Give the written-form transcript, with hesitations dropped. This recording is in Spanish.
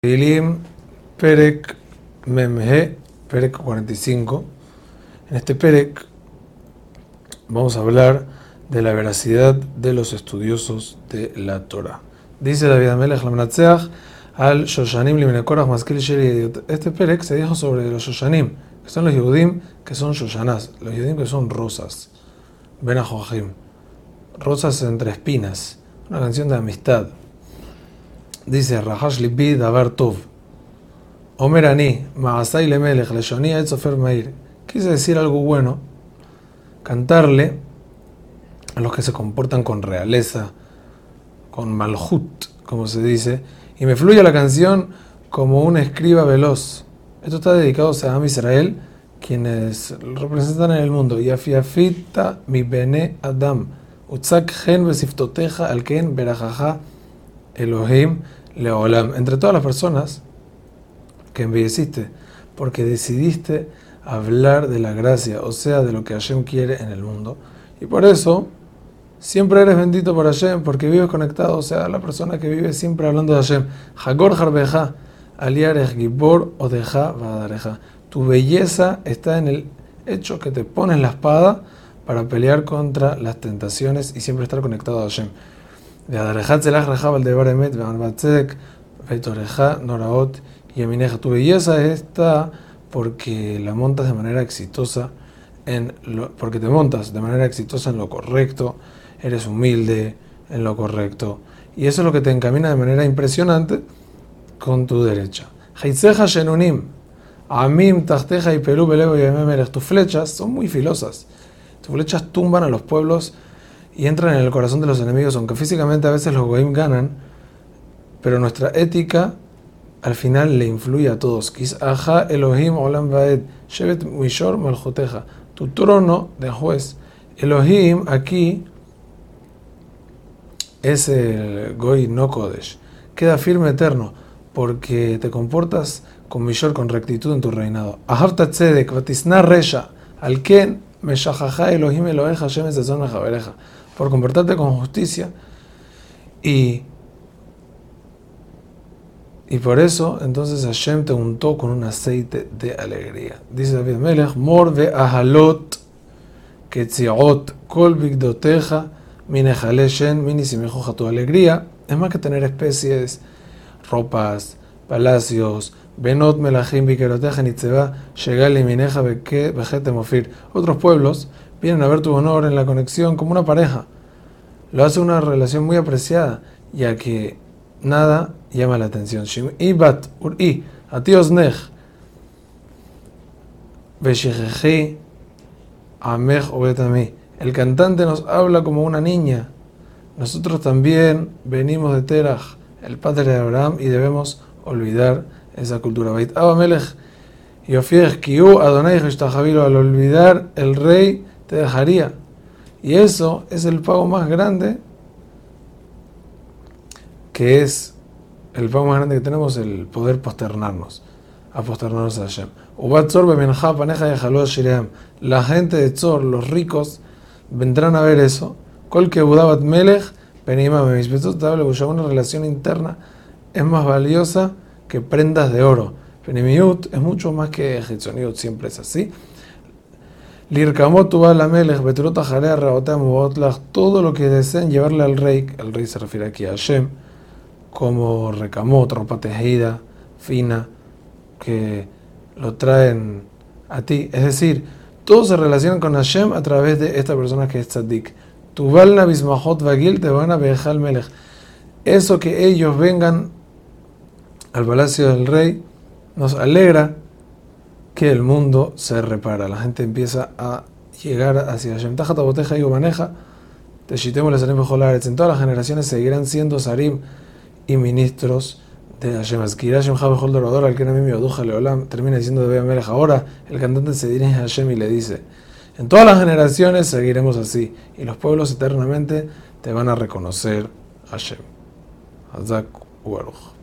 Tehilim, Perek Memhe, Perek 45. En este Perek vamos a hablar de la veracidad de los estudiosos de la Torah. Dice David Amelech Lamnatseach al Shoshanim Limene Korach Maskil Sheri. Este Perek se dijo sobre los Shoshanim, que son los Yehudim que son Shoshanás, los Yehudim que son rosas, Ben Ajoachim, rosas entre espinas, una canción de amistad. Dice Rahash Libi Davar Tov Omer Ani Maasai Lemelech Leshoni Et Sofer Meir. Quise decir algo bueno, cantarle a los que se comportan con realeza, con malhut, como se dice, y me fluye la canción como un escriba veloz. Esto está dedicado a Am Israel, quienes representan en el mundo. Yafiafita mi bene Adam Utzak gen besiftoteja al ken berajaja Elohim leolam. Entre todas las personas que embelleciste, porque decidiste hablar de la gracia, o sea, de lo que Hashem quiere en el mundo. Y por eso siempre eres bendito por Hashem, porque vives conectado, o sea, la persona que vive siempre hablando de Hashem. Hagor harbeja aliarech gibor odeja vadareja. Tu belleza está en el hecho que te pones la espada para pelear contra las tentaciones y siempre estar conectado a Hashem. Tu belleza está porque la montas de manera exitosa porque te montas de manera exitosa en lo correcto, eres humilde en lo correcto, y eso es lo que te encamina de manera impresionante con tu derecha. Tus flechas son muy filosas, tus flechas tumban a los pueblos y entran en el corazón de los enemigos, aunque físicamente a veces los goim ganan, pero nuestra ética al final le influye a todos. Kis'aha Elohim olam vaed shevet mishor malchoteja. Tu trono de juez. Elohim aquí es el goy no kodesh. Queda firme eterno porque te comportas con mishor, con rectitud en tu reinado. Ahavta tzedek vatisna resha al ken meshajaja Elohim Eloheja Hashem esazon mejabereja. Por comportarte con justicia y por eso entonces Hashem te untó con un aceite de alegría. Dice David Melech, mor ve ahalot ketziot kol bigdoteja minejale shen minisimejoja. Tu alegría es más que tener especies, ropas, palacios, benot melachim bikeroteja nitzeva shegali mineja vejete mofir. Otros pueblos vienen a ver tu honor en la conexión como una pareja. Lo hace una relación muy apreciada, ya que nada llama la atención. Shim'i bat ur'i atios nech veshijeji amech obetami. El cantante nos habla como una niña. Nosotros también venimos de Terach, el padre de Abraham, y debemos olvidar esa cultura. Bait Abamelech yofiech kiu Adonai jeshtajavilu. Al olvidar el rey te dejaría. Y eso es el pago más grande, que es el pago más grande que tenemos, el poder posternarnos a Hashem. La gente de Tzor, los ricos, vendrán a ver eso. Una relación interna es más valiosa que prendas de oro. Penimiut es mucho más que Hitzoniut, siempre es así. Todo lo que deseen llevarle al rey, el rey se refiere aquí a Hashem, como recamot, ropa tejida, fina, que lo traen a ti. Es decir, todos se relacionan con Hashem a través de esta persona que es tzadik. Tuvalna bismahot vagil te van a bejal melech. Eso que ellos vengan al palacio del rey nos alegra que el mundo se repara. La gente empieza a llegar hacia Hashem. Tajata boteja y maneja. Teshitemos les sarim bejolaretz. En todas las generaciones seguirán siendo sarim y ministros de Hashem. Azkirashem Jabejol Dorador, al que no me oduja leolam. Termina diciendo de Melech. Ahora el cantante se dirige a Hashem y le dice: en todas las generaciones seguiremos así, y los pueblos eternamente te van a reconocer Hashem. Hazak Ubaruch.